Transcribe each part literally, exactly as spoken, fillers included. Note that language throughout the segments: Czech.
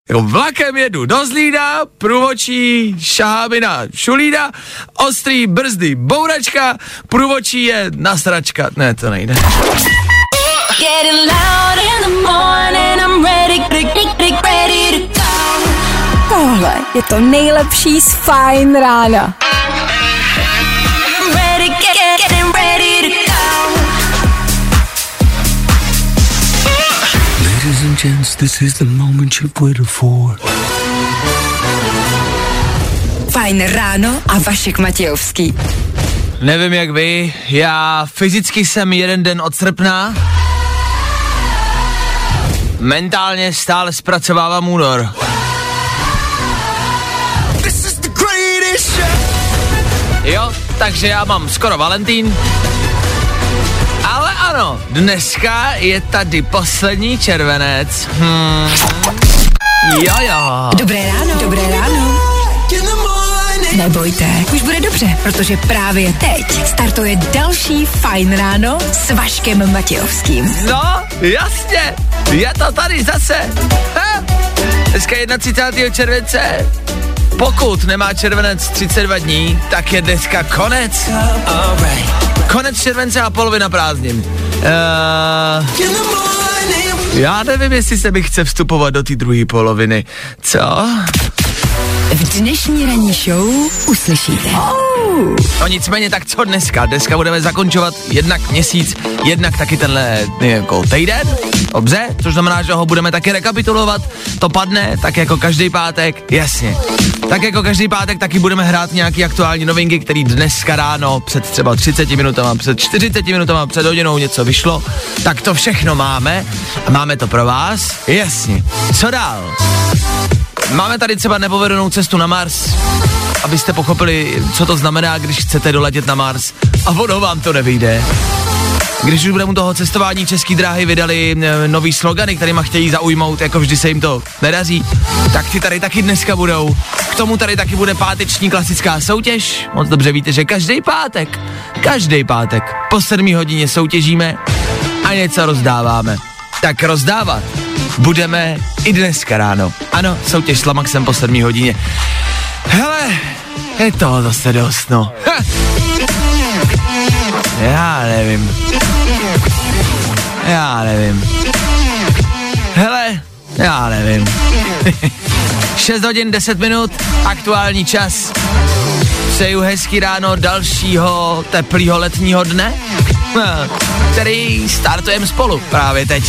Jako vlakem jedu do Zlína, průvočí, šahá mi na šulína, ostrý brzdy, bouračka, průvočí je nasračka. Ne, to nejde. Tohle je to nejlepší z Fajn rána. Ladies and gents, this is the moment you've waited for. Fajn ráno a Vašek Matějovský. Nevím jak vy, já fyzicky jsem jeden den od srpna, mentálně stále zpracovávám únor. Jo, takže já mám skoro Valentín. Ale ano, dneska je tady poslední červenec. Hmm. Jo, jo. Dobré ráno, dobré ráno. Nebojte, už bude dobře, protože právě teď startuje další Fajn ráno s Vaškem Matějovským. No, jasně, je to tady zase. Ha? Dneska je třicátého prvního července. Pokud nemá červenec třicet dva dní, tak je dneska konec. Konec července a polovina prázdnin. Uh, já nevím, jestli se mi chce vstupovat do té druhé poloviny. Co? V dnešní ranní show uslyšíte. Oh. No nicméně, tak co dneska? Dneska budeme zakončovat jednak měsíc, jednak taky tenhle jako týden, dobře? Což znamená, že ho budeme taky rekapitulovat, to padne, tak jako každý pátek, jasně. Tak jako každý pátek taky budeme hrát nějaký aktuální novinky, který dneska ráno před třeba třiceti minutama, před čtyřiceti minutama, před hodinou něco vyšlo, tak to všechno máme a máme to pro vás, jasně. Co dál? Máme tady třeba nepovedenou cestu na Mars, abyste pochopili, co to znamená, když chcete doletět na Mars a ono vám to nevyjde. Když už budeme u toho cestování, Český dráhy vydali e, nový slogany, kterýma chtějí zaujmout, jako vždy se jim to nedaří, tak ty tady taky dneska budou. K tomu tady taky bude páteční klasická soutěž. Moc dobře víte, že každý pátek, každý pátek po sedmé hodině soutěžíme a něco rozdáváme. Tak rozdávat budeme i dneska ráno. Ano, soutěž s Lamaxem po sedmé hodině. Hele, je toho zase dost, no. Ha! Já nevím. Já nevím. Hele, já nevím. šest hodin deset minut, aktuální čas. Přeju hezký ráno dalšího teplýho letního dne, který startujeme spolu právě teď.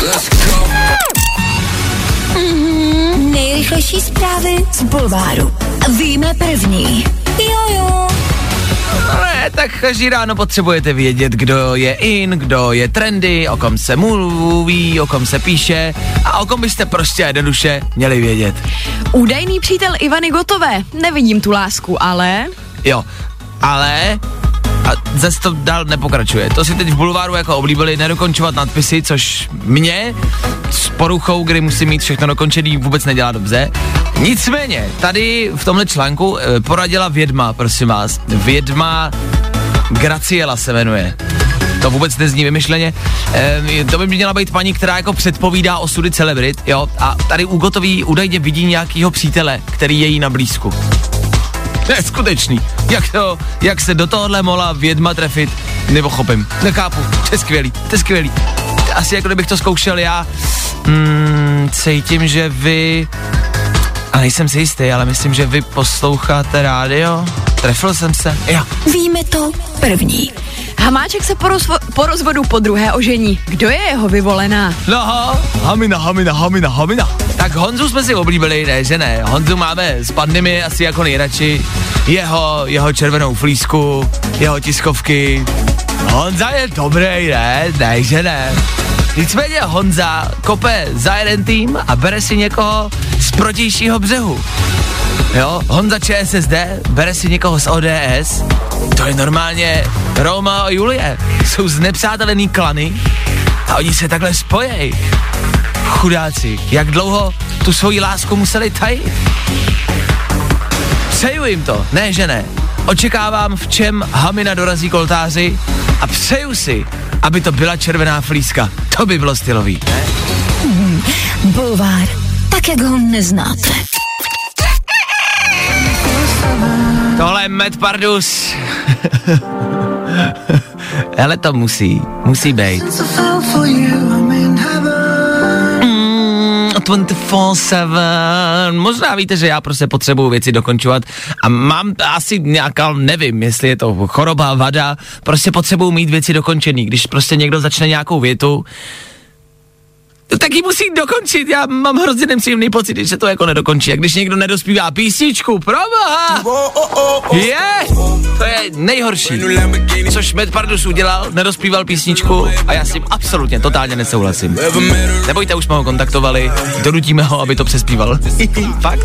Mm-hmm, nejrychlejší zprávy z bulváru. Víme první. Jojo. Ne, tak každý ráno potřebujete vědět, kdo je in, kdo je trendy, o kom se mluví, o kom se píše a o kom byste prostě jednoduše měli vědět. Údajný přítel Ivany Gotové. Nevidím tu lásku, ale... Jo, ale... A zase to dál nepokračuje. To si teď v bulváru jako oblíbili nedokončovat nadpisy, což mě s poruchou, kdy musím mít všechno dokončený, vůbec nedělá dobře. Nicméně, tady v tomhle článku e, poradila vědma, prosím vás. Vědma Graciela se jmenuje. To vůbec nezní vymyšleně. E, to by měla být paní, která jako předpovídá osudy celebrit, jo. A tady u Gotový údajně vidí nějakýho přítele, který je jí na blízku. Neskutečný. Jak to, jak se do tohohle mohla vědma trefit, nepochopím. Nechápu. To je skvělý, to je skvělý. Asi jako kdybych to zkoušel já, hmm, cítím, že vy, a nejsem si jistý, ale myslím, že vy posloucháte rádio. Trefil jsem se. Jo. Víme to první. Hamáček se po, rozvo- po rozvodu po druhé ožení. Kdo je jeho vyvolená? No, hamina, hamina, hamina, hamina. Tak Honzu jsme si oblíbili, ne, že ne. Honzu máme s pandemii asi jako nejradši. Jeho, jeho červenou flísku, jeho tiskovky. Honza je dobrý, ne, ne, že ne. Nicméně Honza kope za jeden tým a bere si někoho z protějšího břehu. Jo, Honza ČSSD bere si někoho z O D S. To je normálně Roma a Julie. Jsou znepřátelený klany a oni se takhle spojejí. Chudáci, jak dlouho tu svoji lásku museli tajit. Přeju jim to, ne že ne. Očekávám, v čem Hamina dorazí k oltáři a přeju si, aby to byla červená flíska. To by bylo stylový, ne? Mm, bulvár, tak jak ho neznáte. Tohle je Matt Pardus. Hele, to musí, musí být. Mm, dvacet čtyři sedm. Možná víte, že já prostě potřebuju věci dokončovat a mám asi nějaká, nevím, jestli je to choroba, vada, prostě potřebuju mít věci dokončený. Když prostě někdo začne nějakou větu, tak ji musí dokončit, já mám hrozně nepříjemný pocit, když se to jako nedokončí. A když někdo nedospívá písničku, proboha, je, to je nejhorší. Což Matt Pardus udělal, nedospíval písničku a já s tím absolutně, totálně nesouhlasím. Nebojte, už jsme ho kontaktovali, donutíme ho, aby to přespíval. Fakt?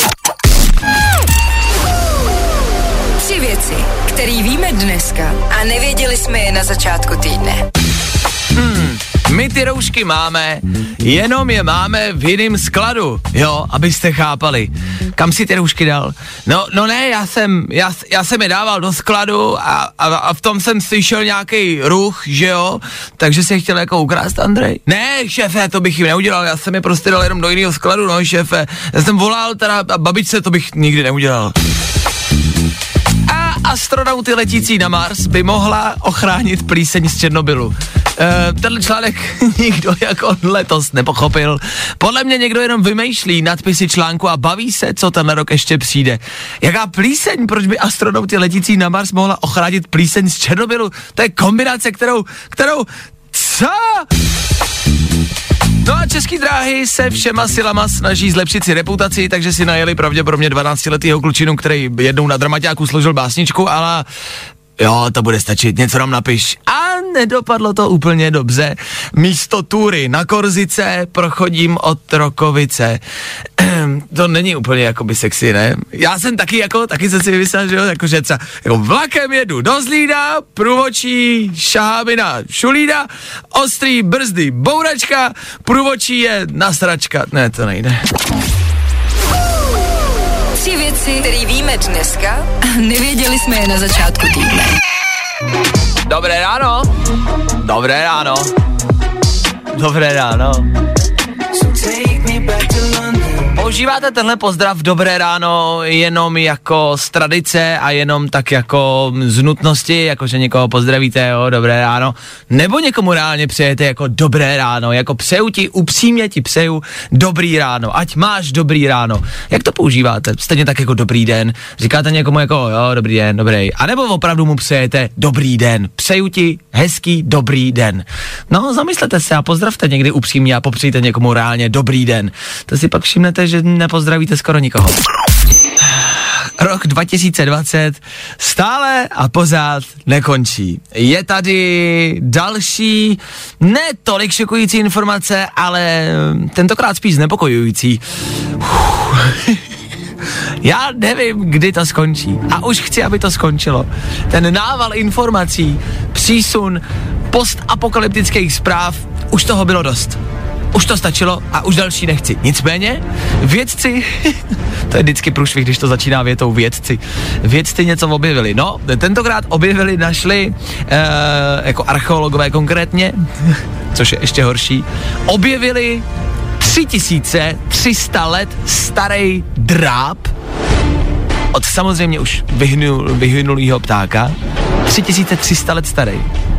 Tři věci, které víme dneska a nevěděli jsme je na začátku týdne. Hmm. My ty roušky máme, jenom je máme v jiném skladu, jo, abyste chápali. Kam si ty roušky dal? No, no ne, já jsem, já, já jsem je dával do skladu a, a, a v tom jsem slyšel nějaký ruch, že jo, takže si chtěl jako ukrást, Andrej. Ne, šéfe, to bych jim neudělal, já jsem je prostě dal jenom do jiného skladu, no, šéfe. Já jsem volal teda babičce, to bych nikdy neudělal. A astronauty letící na Mars by mohla ochránit plíseň z Černobylu. E, tenhle článek nikdo jako letos nepochopil. Podle mě někdo jenom vymýšlí nadpisy článku a baví se, co ten rok ještě přijde. Jaká plíseň? Proč by astronauti letící na Mars mohla ochránit plíseň z Černobylu? To je kombinace, kterou, kterou, co? No a Český dráhy se všema silama snaží zlepšit si reputaci, takže si najeli pravděpodobně dvanáctiletýho klučinu, který jednou na dramaťáku složil básničku, ale jo, to bude stačit, něco nám napiš. A nedopadlo to úplně dobře. Místo tury na Korzice prochodím od Rokovice. To není úplně jakoby sexy, ne? Já jsem taky jako, taky jsem si vymyslel, že jo, jakože třeba, jako vlakem jedu do Zlína, průvočí šaháby na Šulína, ostrý brzdy bouračka, průvočí je nasračka. Ne, to nejde. Tři věci, které víme dneska a nevěděli jsme je na začátku týdne. Dobré ráno. Dobré ráno. Dobré ráno. Používáte tenhle pozdrav dobré ráno jenom jako z tradice a jenom tak jako z nutnosti, jakože někoho pozdravíte, jo, dobré ráno, nebo někomu reálně přejete jako dobré ráno, jako přeju ti, upřímně ti přeju dobrý ráno, ať máš dobrý ráno. Jak to používáte? Stejně tak jako dobrý den, říkáte někomu jako jo, dobrý den, dobrý, anebo opravdu mu přejete dobrý den, přeju ti hezký dobrý den. No, zamyslete se a pozdravte někdy upřímně a popřejte někomu reálně dobrý den. To si pak všimnete, že nepozdravíte skoro nikoho. Rok dva tisíce dvacet stále a pořád nekončí. Je tady další, ne tolik šokující informace, ale tentokrát spíš znepokojující. Já nevím, kdy to skončí. A už chci, aby to skončilo. Ten nával informací, přísun postapokalyptických zpráv, už toho bylo dost. Už to stačilo a už další nechci. Nicméně, vědci, to je vždycky průšvih, když to začíná větou vědci, vědci něco objevili. No, tentokrát objevili, našli, e, jako archeologové konkrétně, což je ještě horší, objevili tři tisíce tři sta let starý dráp od samozřejmě už vyhnul, vyhnulýho ptáka. tři tisíce tři sta let starý.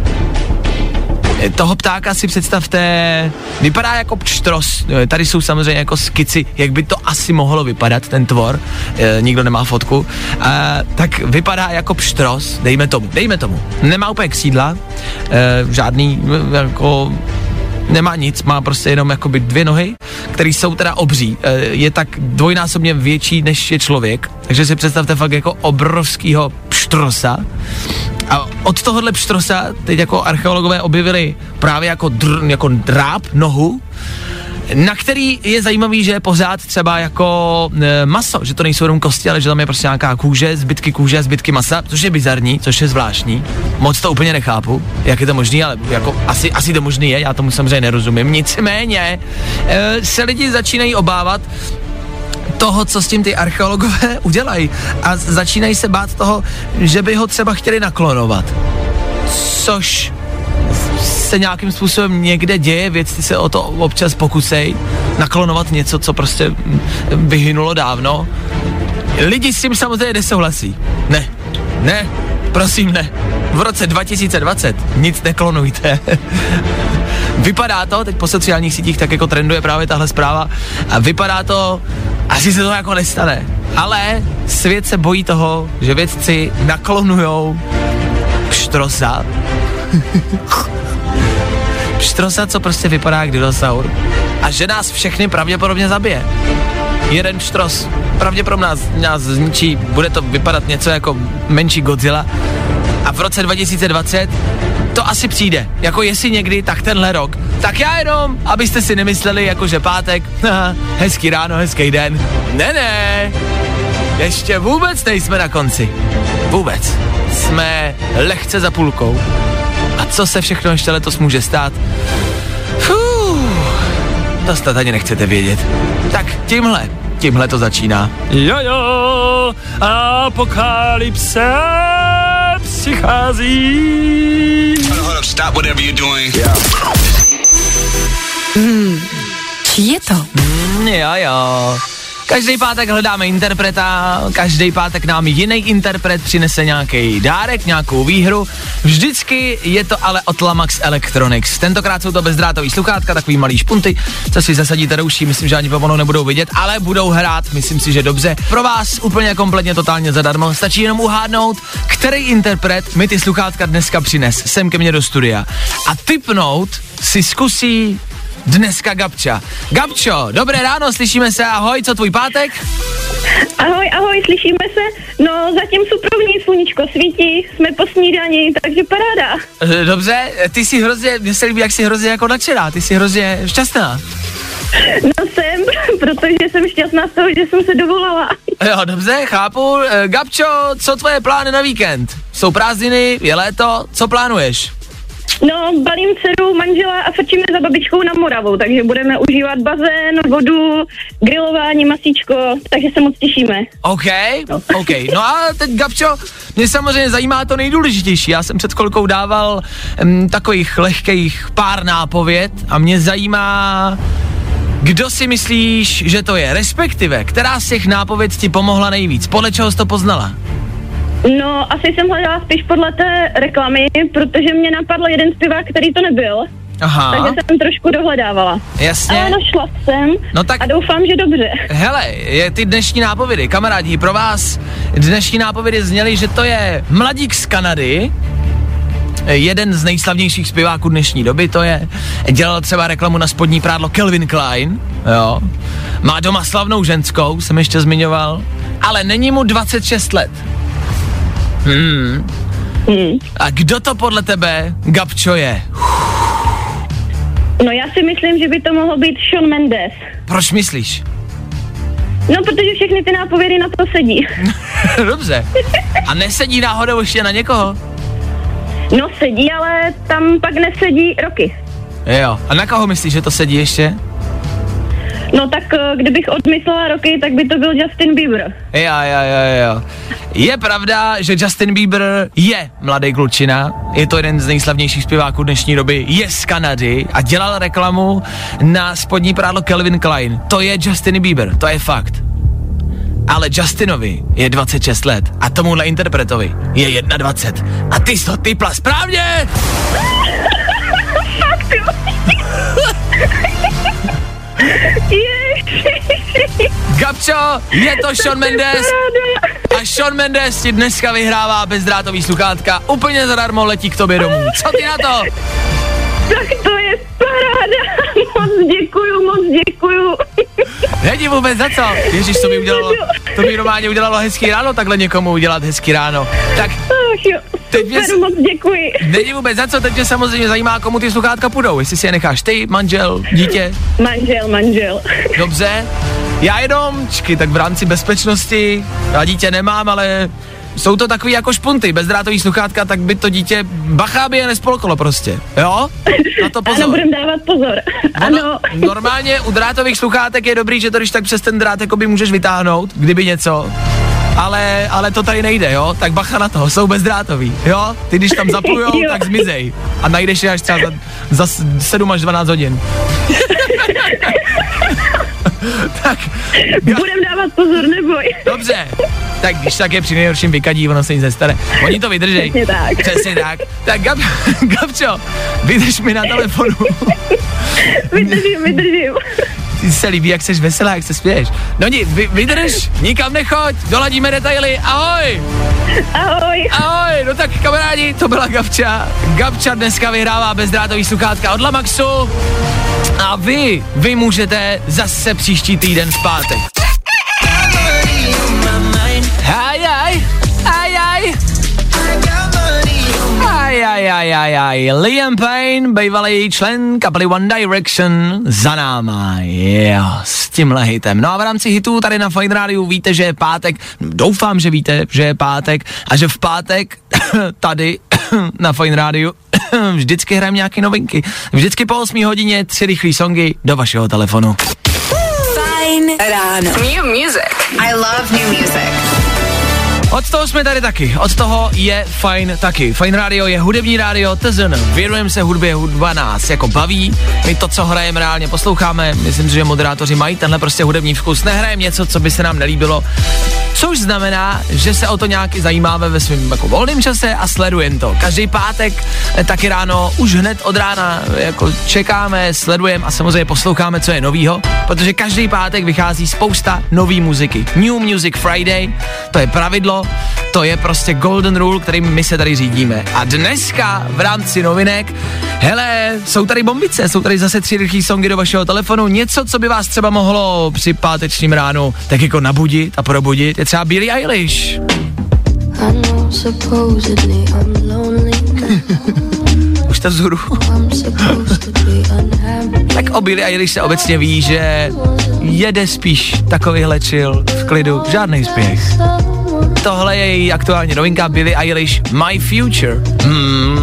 Toho ptáka si představte, vypadá jako pštros, tady jsou samozřejmě jako skici, jak by to asi mohlo vypadat, ten tvor, e, nikdo nemá fotku, e, tak vypadá jako pštros, dejme tomu, dejme tomu, nemá úplně křídla, e, žádný, jako, nemá nic, má prostě jenom jakoby dvě nohy, které jsou teda obří, e, je tak dvojnásobně větší, než je člověk, takže si představte fakt jako obrovskýho pštrosa. A od tohohle pštrosa teď jako archeologové objevili právě jako, dr, jako dráp, nohu, na který je zajímavý, že je pořád třeba jako e, maso, že to nejsou jenom kosti, ale že tam je prostě nějaká kůže, zbytky kůže, zbytky masa, což je bizarní, což je zvláštní. Moc to úplně nechápu, jak je to možný, ale jako asi, asi to možný je, já tomu samozřejmě nerozumím. Nicméně e, se lidi začínají obávat toho, co s tím ty archeologové udělají a začínají se bát toho, že by ho třeba chtěli naklonovat. Což se nějakým způsobem někde děje, věci se o to občas pokusej naklonovat něco, co prostě vyhynulo dávno. Lidi s tím samozřejmě nesouhlasí. Ne, ne, prosím ne. V roce dva tisíce dvacet nic neklonujte. Vypadá to, teď po sociálních sítích tak jako trenduje právě tahle zpráva, a vypadá to, asi se to jako nestane. Ale svět se bojí toho, že vědci naklonujou pštrosa. Pštrosa, co prostě vypadá jak dinosaur. A že nás všechny pravděpodobně zabije. Jeden pštros pravděpodobně nás, nás zničí, bude to vypadat něco jako menší Godzilla. A v roce dva tisíce dvacet to asi přijde. Jako jestli někdy, tak tenhle rok. Tak já jenom, abyste si nemysleli, jako že pátek, haha, hezký ráno, hezký den. Ne, ne, ještě vůbec nejsme na konci. Vůbec. Jsme lehce za půlkou. A co se všechno ještě letos může stát? Fuh, to snad ani nechcete vědět. Tak tímhle, tímhle to začíná. Jojo, apokalypse přichází. Hold up, stop whatever you're doing. Hmm, čí je to? Mm, jo, jo. Každý pátek hledáme interpreta, každý pátek nám jiný interpret přinese nějaký dárek, nějakou výhru. Vždycky je to ale od Lamax Electronics. Tentokrát jsou to bezdrátový sluchátka, takový malý špunty, co si zasadíte do uší, myslím, že ani pomalu nebudou vidět, ale budou hrát, myslím si, že dobře. Pro vás úplně kompletně totálně zadarmo, stačí jenom uhádnout, který interpret mi ty sluchátka dneska přines sem ke mně do studia. A tipnout si zkusí dneska Gabča. Gabčo, dobré ráno, slyšíme se, ahoj, co tvůj pátek? Ahoj, ahoj, slyšíme se? No, zatím suprovní sluníčko svítí, jsme po snídani, takže paráda. Dobře, ty jsi hrozně, mně se líbí, jak jsi hrozně jako nadšená, ty jsi hrozně šťastná. No jsem, protože jsem šťastná z toho, že jsem se dovolala. Jo, dobře, chápu. Gabčo, co tvoje plány na víkend? Jsou prázdniny, je léto, co plánuješ? No, balím dceru, manžela a frčíme za babičkou na Moravu, takže budeme užívat bazén, vodu, grilování, masíčko, takže se moc těšíme. OK, OK. No a teď, Gabčo, mě samozřejmě zajímá to nejdůležitější. Já jsem před chvilkou dával um, takových lehkých pár nápověd a mě zajímá, kdo si myslíš, že to je, respektive, která z těch nápověd ti pomohla nejvíc, podle čeho jsi to poznala? No, asi jsem hledala spíš podle té reklamy, protože mě napadl jeden zpěvák, který to nebyl. Aha. Takže jsem trošku dohledávala. Jasně. Ale našla jsem no tak, a doufám, že dobře. Hele, je ty dnešní nápovědy, kamarádi, pro vás dnešní nápovědy zněly, že to je mladík z Kanady, jeden z nejslavnějších zpěváků dnešní doby to je, dělal třeba reklamu na spodní prádlo Calvin Klein, jo, má doma slavnou ženskou, jsem ještě zmiňoval, ale není mu dvacet šest let. Hmm. Hmm. A kdo to podle tebe, Gabčo, je? No já si myslím, že by to mohlo být Shawn Mendes. Proč myslíš? No, protože všechny ty nápovědy na to sedí. Dobře. A nesedí náhodou ještě na někoho? No sedí, ale tam pak nesedí roky. Jo. A na koho myslíš, že to sedí ještě? No tak kdybych odmyslela roky, tak by to byl Justin Bieber. Jo, jo, jo, jo. Je pravda, že Justin Bieber je mladý klučina, je to jeden z nejslavnějších zpěváků dnešní doby, je z Kanady a dělal reklamu na spodní prádlo Calvin Klein. To je Justin Bieber, to je fakt. Ale Justinovi je dvacet šest let a tomuhle interpretovi je dvacet jedna. A ty jsi to typla správně! Gabčo, je to Shawn Mendes a Shawn Mendes ti dneska vyhrává bezdrátový sluchátka, úplně zadarmo letí k tobě domů. Co ty na to? Tak to je paráda, moc děkuju, moc děkuju. Není vůbec za co, Ježíš, to by udělalo, to by normálně udělalo hezký ráno, takhle někomu udělat hezký ráno. Tak, ach jo, teď mě, moc děkuji. Není vůbec za co, teď mě samozřejmě zajímá, komu ty sluchátka půjdou, jestli si je necháš ty, manžel, dítě. Manžel, manžel. Dobře, já jenom, čky, tak v rámci bezpečnosti, já dítě nemám, ale jsou to takový jako špunty, bezdrátový sluchátka, tak by to dítě, bacha, by je nespolklo prostě, jo? Na to pozor. Ano, budem dávat pozor, ano. No, normálně u drátových sluchátek je dobrý, že to když tak přes ten drát jakoby můžeš vytáhnout, kdyby něco. ale, ale to tady nejde, jo, tak bacha na to, jsou bezdrátový, jo, ty když tam zaplujou, tak zmizej a najdeš je až třeba za, za sedm až dvanáct hodin. Tak. Budem dávat pozor, neboj. Dobře, tak když tak je při nejhorším vykadí, ono se nic nestane. Oni to vydržej. Přesně tak. Přesně tak. Tak Gab, Gabčo, vydrž mi na telefonu. Vydržím, vydržím. Ty se líbí, jak jsi veselá, jak se směješ. No nic, vy, vydrž, nikam nechoď, doladíme detaily, ahoj. Ahoj. Ahoj, no tak kamarádi, to byla Gabča. Gabča dneska vyhrává bezdrátový sluchátka od Lamaxu. A vy, vy můžete zase příští týden v pátek. Aj, aj, aj, aj. Aj, aj, aj, aj, aj. Liam Payne, bývalý člen kapely One Direction, za náma, yeah, s tímhle hitem. No a v rámci hitů tady na Fajn Rádiu víte, že je pátek, doufám, že víte, že je pátek a že v pátek tady na Fajn Rádiu vždycky hrajeme nějaké novinky. Vždycky po osmé hodině tři rychlý songy do vašeho telefonu. Fajn ráno. New music. I love new music. Od toho jsme tady taky, od toho je fajn taky. Fajn rádio je hudební rádio, tzn. Věnujeme se hudbě, hudba nás jako baví, my to, co hrajeme, reálně posloucháme, myslím, že moderátoři mají tenhle prostě hudební vkus, nehrajeme něco, co by se nám nelíbilo, což znamená, že se o to nějak zajímáme ve svém jako volném čase a sledujeme to. Každý pátek, taky ráno, už hned od rána jako čekáme, sledujeme a samozřejmě posloucháme, co je novýho, protože každý pátek vychází spousta nový muziky. New Music Friday, to je pravidlo, to je prostě golden rule, kterým my se tady řídíme. A dneska v rámci novinek, hele, jsou tady bombice, jsou tady zase tři rychlý songy do vašeho telefonu, něco, co by vás třeba mohlo při pátečním ránu tak jako nabudit a probudit, je třeba Billie Eilish. Už to vzhůru. Tak o Billie Eilish se obecně ví, že jede spíš takovýhle chill, v klidu, žádnej spěch. Tohle je její aktuální novinka Billie Eilish My Future. Hmm.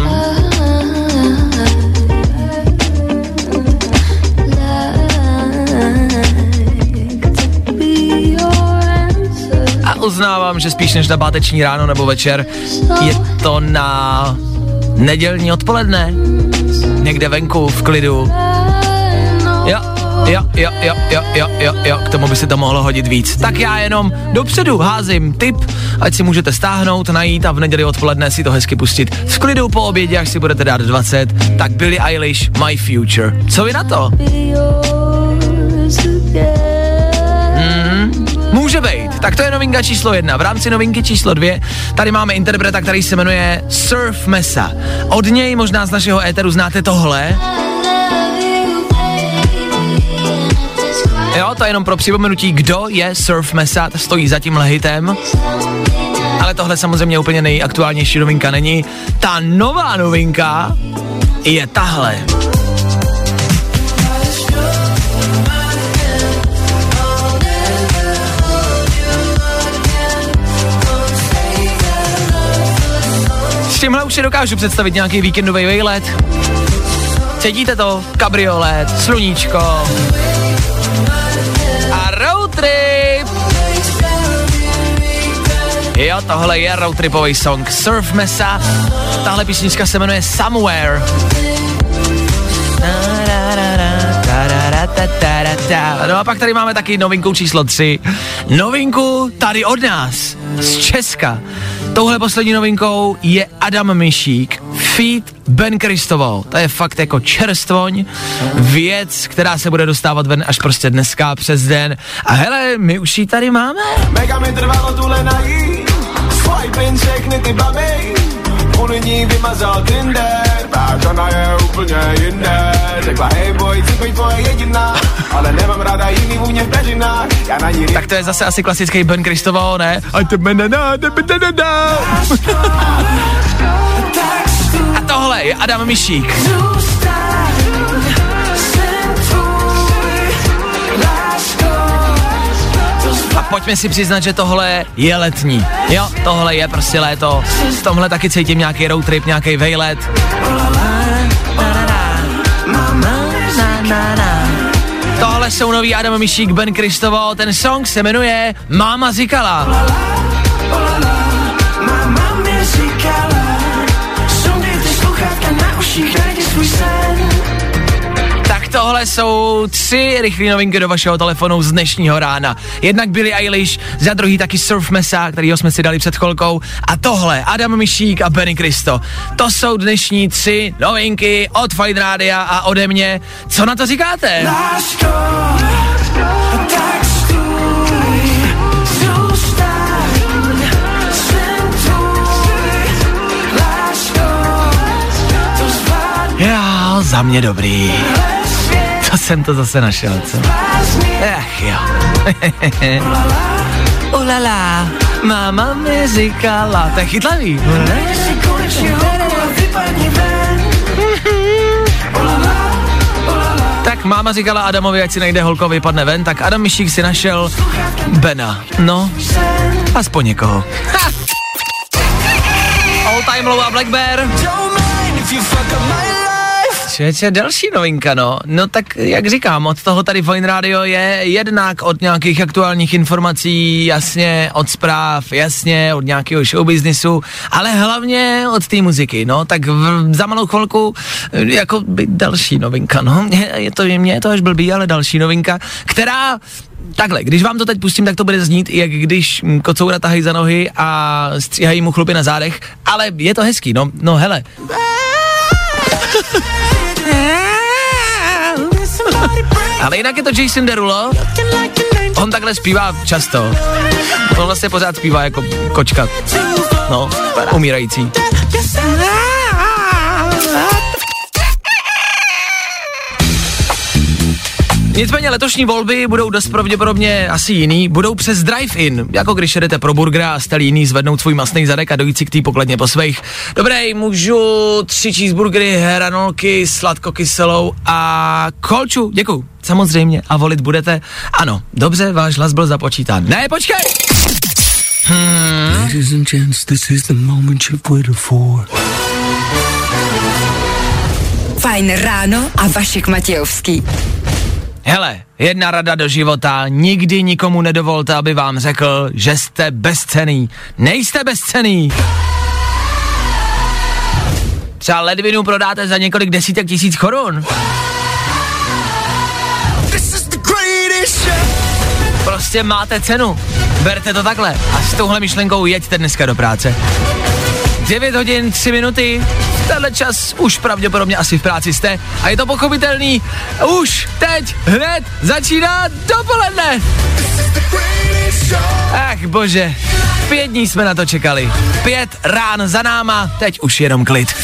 A uznávám, že spíš než na páteční ráno nebo večer je to na nedělní odpoledne. Někde venku, v klidu. Jo. Jo, jo, jo, jo, jo, jo, jo, k tomu by se to mohlo hodit víc. Tak já jenom dopředu házím tip, ať si můžete stáhnout, najít a v neděli odpoledne si to hezky pustit. V klidu po obědě, až si budete dát dvacet, tak Billie Eilish My Future. Co vy na to? Mm, může být. Tak to je novinka číslo jedna. V rámci novinky číslo dvě tady máme interpreta, který se jmenuje Surf Mesa. Od něj možná z našeho éteru znáte tohle. Jo, to je jenom pro připomenutí, kdo je Surf Mesa, stojí za tímhle hitem. Ale tohle samozřejmě úplně nejaktuálnější novinka není. Ta nová novinka je tahle. S tímhle už si dokážu představit nějaký víkendový výlet. Cítíte to? Kabriolet, sluníčko a road trip. Jo, tohle je road tripový song Surf Mesa. Tahle písnička se jmenuje Somewhere. No a pak tady máme taky novinku číslo tři. Novinku tady od nás, z Česka. Touhle poslední novinkou je Adam Mišík feat. Ben Kristoval. To je fakt jako čerstvoň, věc, která se bude dostávat ven až prostě dneska přes den. A hele, my už ji tady máme. Mega mi trvalo tuhle najít, swipe všechny ty baby, kvůli ní vymazal Tinder, tak ona je úplně jinde. Řekla hej boy, chci být tvoje jediná, ale nemám ráda jiný vůně v peřinách. Já na ní... Tak to je zase asi klasický Ben Kristoval, ne? A tebe nedá, tebe nedá. A tohle je Adam Mišík. A pojďme si přiznat, že tohle je letní. Jo, tohle je prostě léto. V tomhle taky cítím nějaký road trip, nějaký vejlet. Tohle jsou nový Adam Mišík, Ben Kristoval, ten song se jmenuje Máma říkala. Máma mi říkala, sundy ty sluchátka na uších, najdi svůj sen. Tak tohle jsou tři rychlé novinky do vašeho telefonu z dnešního rána. Jednak Billie Eilish, za druhý taky Surf Mesa, kterýho jsme si dali před chvilkou, a tohle Adam Mišík a Benny Cristo. To jsou dnešní tři novinky od Fajn Rádia a ode mě. Co na to říkáte? Lásko, tak stůj, zůstaň, jsem tvůj. Lásko, to zvládne. Jo, za mě dobrý. To jsem to zase našel, co? Ach jo. Ulala, máma mi říkala, to je chytlavý. Tak máma říkala Adamovi, ať si najde holko, vypadne ven, tak Adam Mišík si našel Bena. No, aspoň někoho. Ha! All Time Low a Black Bear. Čeče, další novinka, no. No tak, jak říkám, od toho tady Fajn Radio je jednak od nějakých aktuálních informací, jasně, od zpráv, jasně, od nějakého showbiznisu, ale hlavně od té muziky, no. Tak v, za malou chvilku, jako by další novinka, no. Je to, mě je to až blbý, ale další novinka, která... Takhle, když vám to teď pustím, tak to bude znít, jak když kocoura tahají za nohy a stříhají mu chlupy na zádech, ale je to hezký, no, no hele. Ale jinak je to Jason Derulo, on takhle zpívá často, on vlastně pořád zpívá jako kočka, no, umírající. Nicméně letošní volby budou dost pravděpodobně asi jiný, budou přes drive-in, jako když jedete pro burgera a jste líný zvednout svůj masný zadek a dojít si k té pokladně po svých. Dobrý, můžu tři cheeseburgery, hranolky, sladkokyselou a kolču, děkuju, samozřejmě, a volit budete? Ano, dobře, váš hlas byl započítán. Ne, počkej! Hmm. Ladies and gents, this is the moment you've waited for. Fajn ráno a Vašek Matějovský. Hele, jedna rada do života, nikdy nikomu nedovolte, aby vám řekl, že jste bezcenný. Nejste bezcenný. Třeba ledvinu prodáte za několik desítek tisíc korun. Prostě máte cenu. Berte to takhle a s touhle myšlenkou jeďte dneska do práce. devět hodin, tři minuty, tenhle čas už pravděpodobně asi v práci jste a je to pochopitelný, už teď hned začíná dopoledne. Ach bože, pět dní jsme na to čekali, pět rán za náma, teď už jenom klid.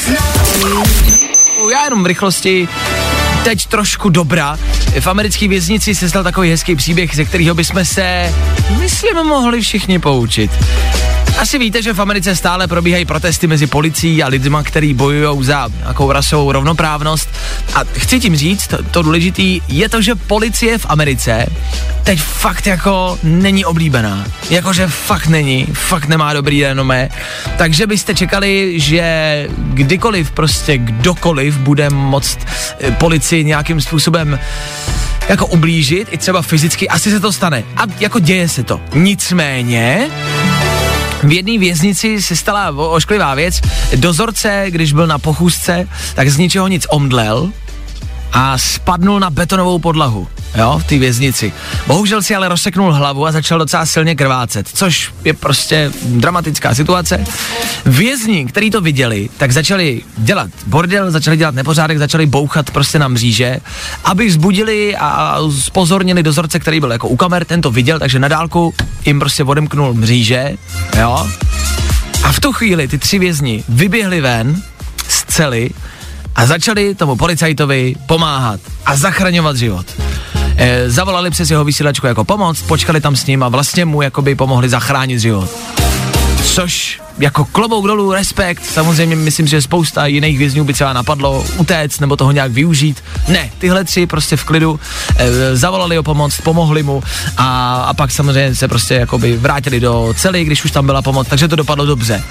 Já jenom v rychlosti, teď trošku dobra. V americké věznici se stal takový hezký příběh, ze kterého bychom se, myslím, mohli všichni poučit. Asi víte, že v Americe stále probíhají protesty mezi policií a lidma, který bojují za nějakou rasovou rovnoprávnost. A chci tím říct, to, to důležitý je to, že policie v Americe teď fakt jako není oblíbená. Jakože fakt není, fakt nemá dobrý renomé. Takže byste čekali, že kdykoliv, prostě kdokoliv bude moct policii nějakým způsobem jako ublížit, i třeba fyzicky, asi se to stane. A jako děje se to. Nicméně... V jedné věznici se stala ošklivá věc. Dozorce, když byl na pochůzce, tak z ničeho nic omdlel a spadnul na betonovou podlahu, jo, v té věznici. Bohužel si ale rozseknul hlavu a začal docela silně krvácet, což je prostě dramatická situace. Vězni, kteří to viděli, tak začali dělat bordel, začali dělat nepořádek, začali bouchat prostě na mříže, aby vzbudili a zpozornili dozorce, který byl jako u kamer, ten to viděl, takže na dálku jim prostě odemknul mříže, jo. A v tu chvíli ty tři vězni vyběhli ven z cely a začali tomu policajtovi pomáhat a zachraňovat život. E, zavolali přes jeho vysílačku jako pomoc, počkali tam s ním a vlastně mu jakoby pomohli zachránit život. Což jako klobouk dolů, respekt, samozřejmě myslím, že spousta jiných vězňů by třeba napadlo utéct nebo toho nějak využít. Ne, tyhle tři prostě v klidu e, zavolali o pomoc, pomohli mu a, a pak samozřejmě se prostě jakoby vrátili do cely, když už tam byla pomoc, takže to dopadlo dobře.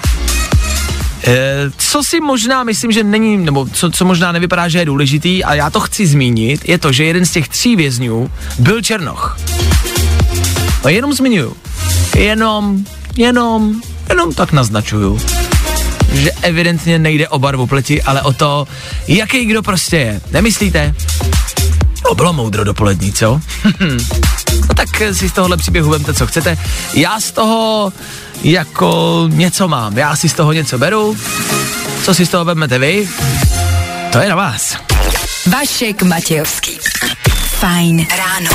E, co si možná myslím, že není, nebo co, co možná nevypadá, že je důležitý, a já to chci zmínit, je to, že jeden z těch tří vězňů byl černoch. No jenom zmiňuju. Jenom, jenom, jenom tak naznačuju, že evidentně nejde o barvu pleti, ale o to, jaký kdo prostě je. Nemyslíte? No, bylo moudro dopolední, co? No tak si z tohohle příběhu vemte, co chcete. Já z toho jako něco mám. Já si z toho něco beru. Co si z toho vezmete vy? To je na vás. Vašek Matějovský. Fajn ráno.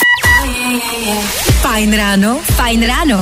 Fajn ráno, fajn ráno.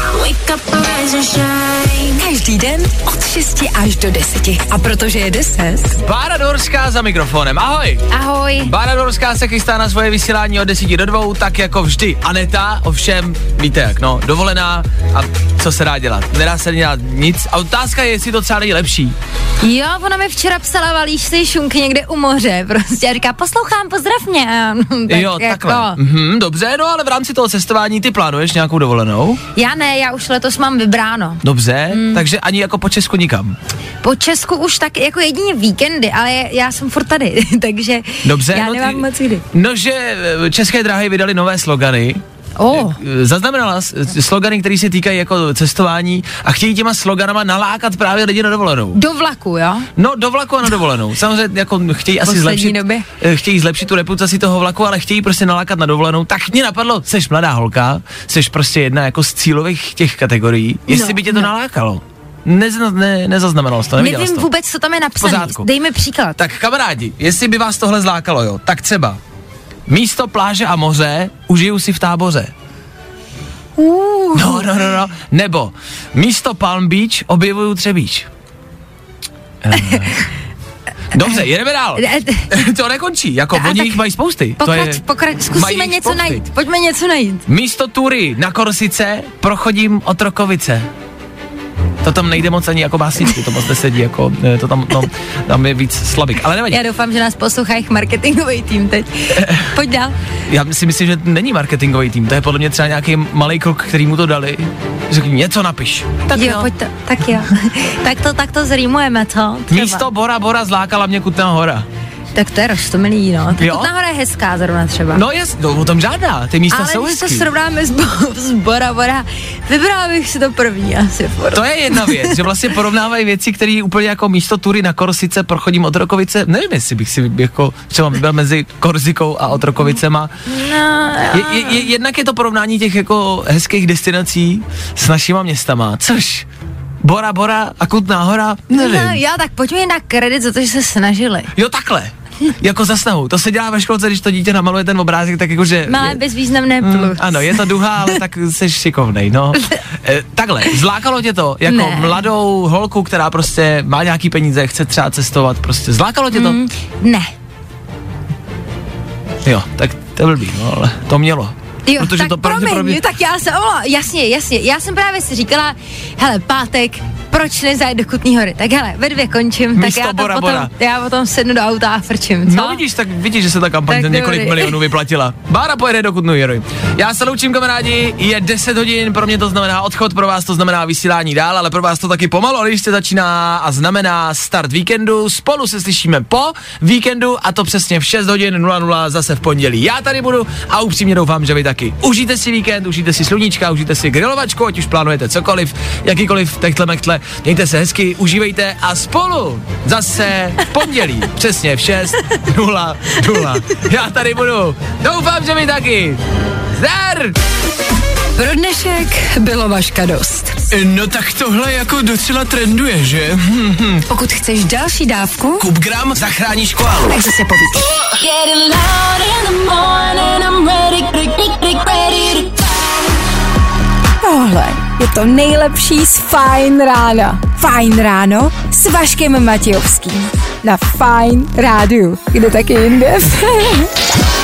Každý den od šesti až do deseti. A protože je deset. Bára Dorská za mikrofonem. Ahoj. Ahoj. Bára Dorská se chystá na svoje vysílání od deseti do dvou, tak jako vždy. Aneta, ovšem, víte jak, no, dovolená a co se dá dělat? Nedá se dělat nic. A otázka je, jestli to třeba není lepší. Jo, ona mi včera psala, valíš si šunky někde u moře, prostě a říká, poslouchám, pozdrav mě. Tak jo, jako. takhle. Mhm, dobře, no ale v rámci toho cestování ty plánuješ nějakou dovolenou? Já ne, já už letos mám vybráno. Dobře, hmm. takže ani jako po Česku nikam. Po Česku už tak jako jedině víkendy, ale já jsem furt tady, takže dobře, já no nemám ty, moc kdy. No, že České dráhy vydali nové slogany. Oh. Zaznamenala slogany, které se týkají jako cestování a chtějí těma sloganama nalákat právě lidi na dovolenou. Do vlaku, jo? No, do vlaku a na dovolenou. Samozřejmě jako chtějí asi zlepšit, době. chtějí zlepšit tu reputaci toho vlaku, ale chtějí prostě nalákat na dovolenou. Tak mě napadlo, seš mladá holka, seš prostě jedna jako z cílových těch kategorií, jestli no, by tě to no. nalákalo. Ne, ne, nezaznamenalo jsi to, neviděla Nevím jsi to. vůbec, co tam je napsané. Dej mi příklad. Tak kamarádi, jestli by vás tohle zlákalo, jo, tak třeba místo pláže a moře užiju si v táboře. Uh. No, no, no, no. Nebo místo Palm Beach objevuju Třebíč. Dobře, jedeme dál. To nekončí, jako oni jich mají spousty. Pokrač, to je, pokrač, zkusíme něco spousty. najít. Pojďme něco najít. Místo tury na Korsice prochodím Otrokovice. To tam nejde moc ani jako básničky, to moc nesedí, jako, to tam, no, tam je víc slabik, ale nevadí. Já doufám, že nás poslouchají marketingový tým teď. Pojď dál. Já si myslím, že není marketingový tým, to je podle mě třeba nějaký malej kluk, který mu to dali. Řekl, něco napiš. Tak jo, jo. Pojď to, tak jo. tak to, tak to zrýmujeme, co? Třeba. Místo Bora Bora zlákala mě Kutná Hora. Tak to je roztomilý, no. Tak Kutná Hora je hezká zrovna třeba. No je, no, o tom žádná, ty místa ale jsou hezký. Ale když to srovnáme s, bo- s Bora Bora, vybrala bych si to první asi. Furt. To je jedna věc, že vlastně porovnávají věci, které úplně jako místo tury na Korsice prochodím Otrokovice. Nevím, jestli bych si jako třeba vybral mezi Korzikou a Otrokovicema. No, je, je, je, jednak je to porovnání těch jako hezkých destinací s našima městama, což Bora Bora a Kutná Hora, nevím. No, jo, tak pojďme na kredit za to, že se snažili. Jo, takhle. Jako za snahu. To se dělá ve školce, když to dítě namaluje ten obrázek, tak jakože... Malé bezvýznamné plus. Mm, ano, je to duha, ale tak jsi šikovnej, no. E, takhle, zlákalo tě to jako ne. mladou holku, která prostě má nějaký peníze, chce třeba cestovat, prostě zlákalo tě to? Mm, ne. Jo, tak to je blbý, no, ale to mělo. Jo, protože tak to promiň, pravdě... tak já se omlouvám, jasně, jasně, já jsem právě si říkala, hele, pátek, proč nezajet do Kutní Hory, tak hele, ve dvě končím, místo tak já, Bora, potom, Bora. já potom sednu do auta a frčím, co? No vidíš, tak vidíš, že se ta kampaň tak několik dobrý. milionů vyplatila. Bára pojede do Kutní Hory. Já se loučím, kamarádi, je deset hodin, pro mě to znamená odchod, pro vás to znamená vysílání dál, ale pro vás to taky pomalu, když se začíná a znamená start víkendu. Spolu se slyšíme po víkendu a to přesně v šest hodin nula nula zase v pondělí. Já tady budu a upřímně doufám, že vy taky. Užijte si víkend, užijte si sluníčka, užijte si grilovačku, ať už plánujete cokoliv, jakýkoliv techtle mechtle, mějte se hezky, užívejte a spolu zase v pondělí, přesně v šest nula nula. Já tady budu, doufám, že vy taky. Zdar! Pro dnešek bylo Vaška dost. No tak tohle jako docela trenduje, že? Pokud chceš další dávku, kup gram, zachráníš koalu. Takže se povíš. Tohle je to nejlepší z Fajn rána. Fajn ráno s Vaškem Matějovským. Na Fajn rádiu. Kde taky jinde?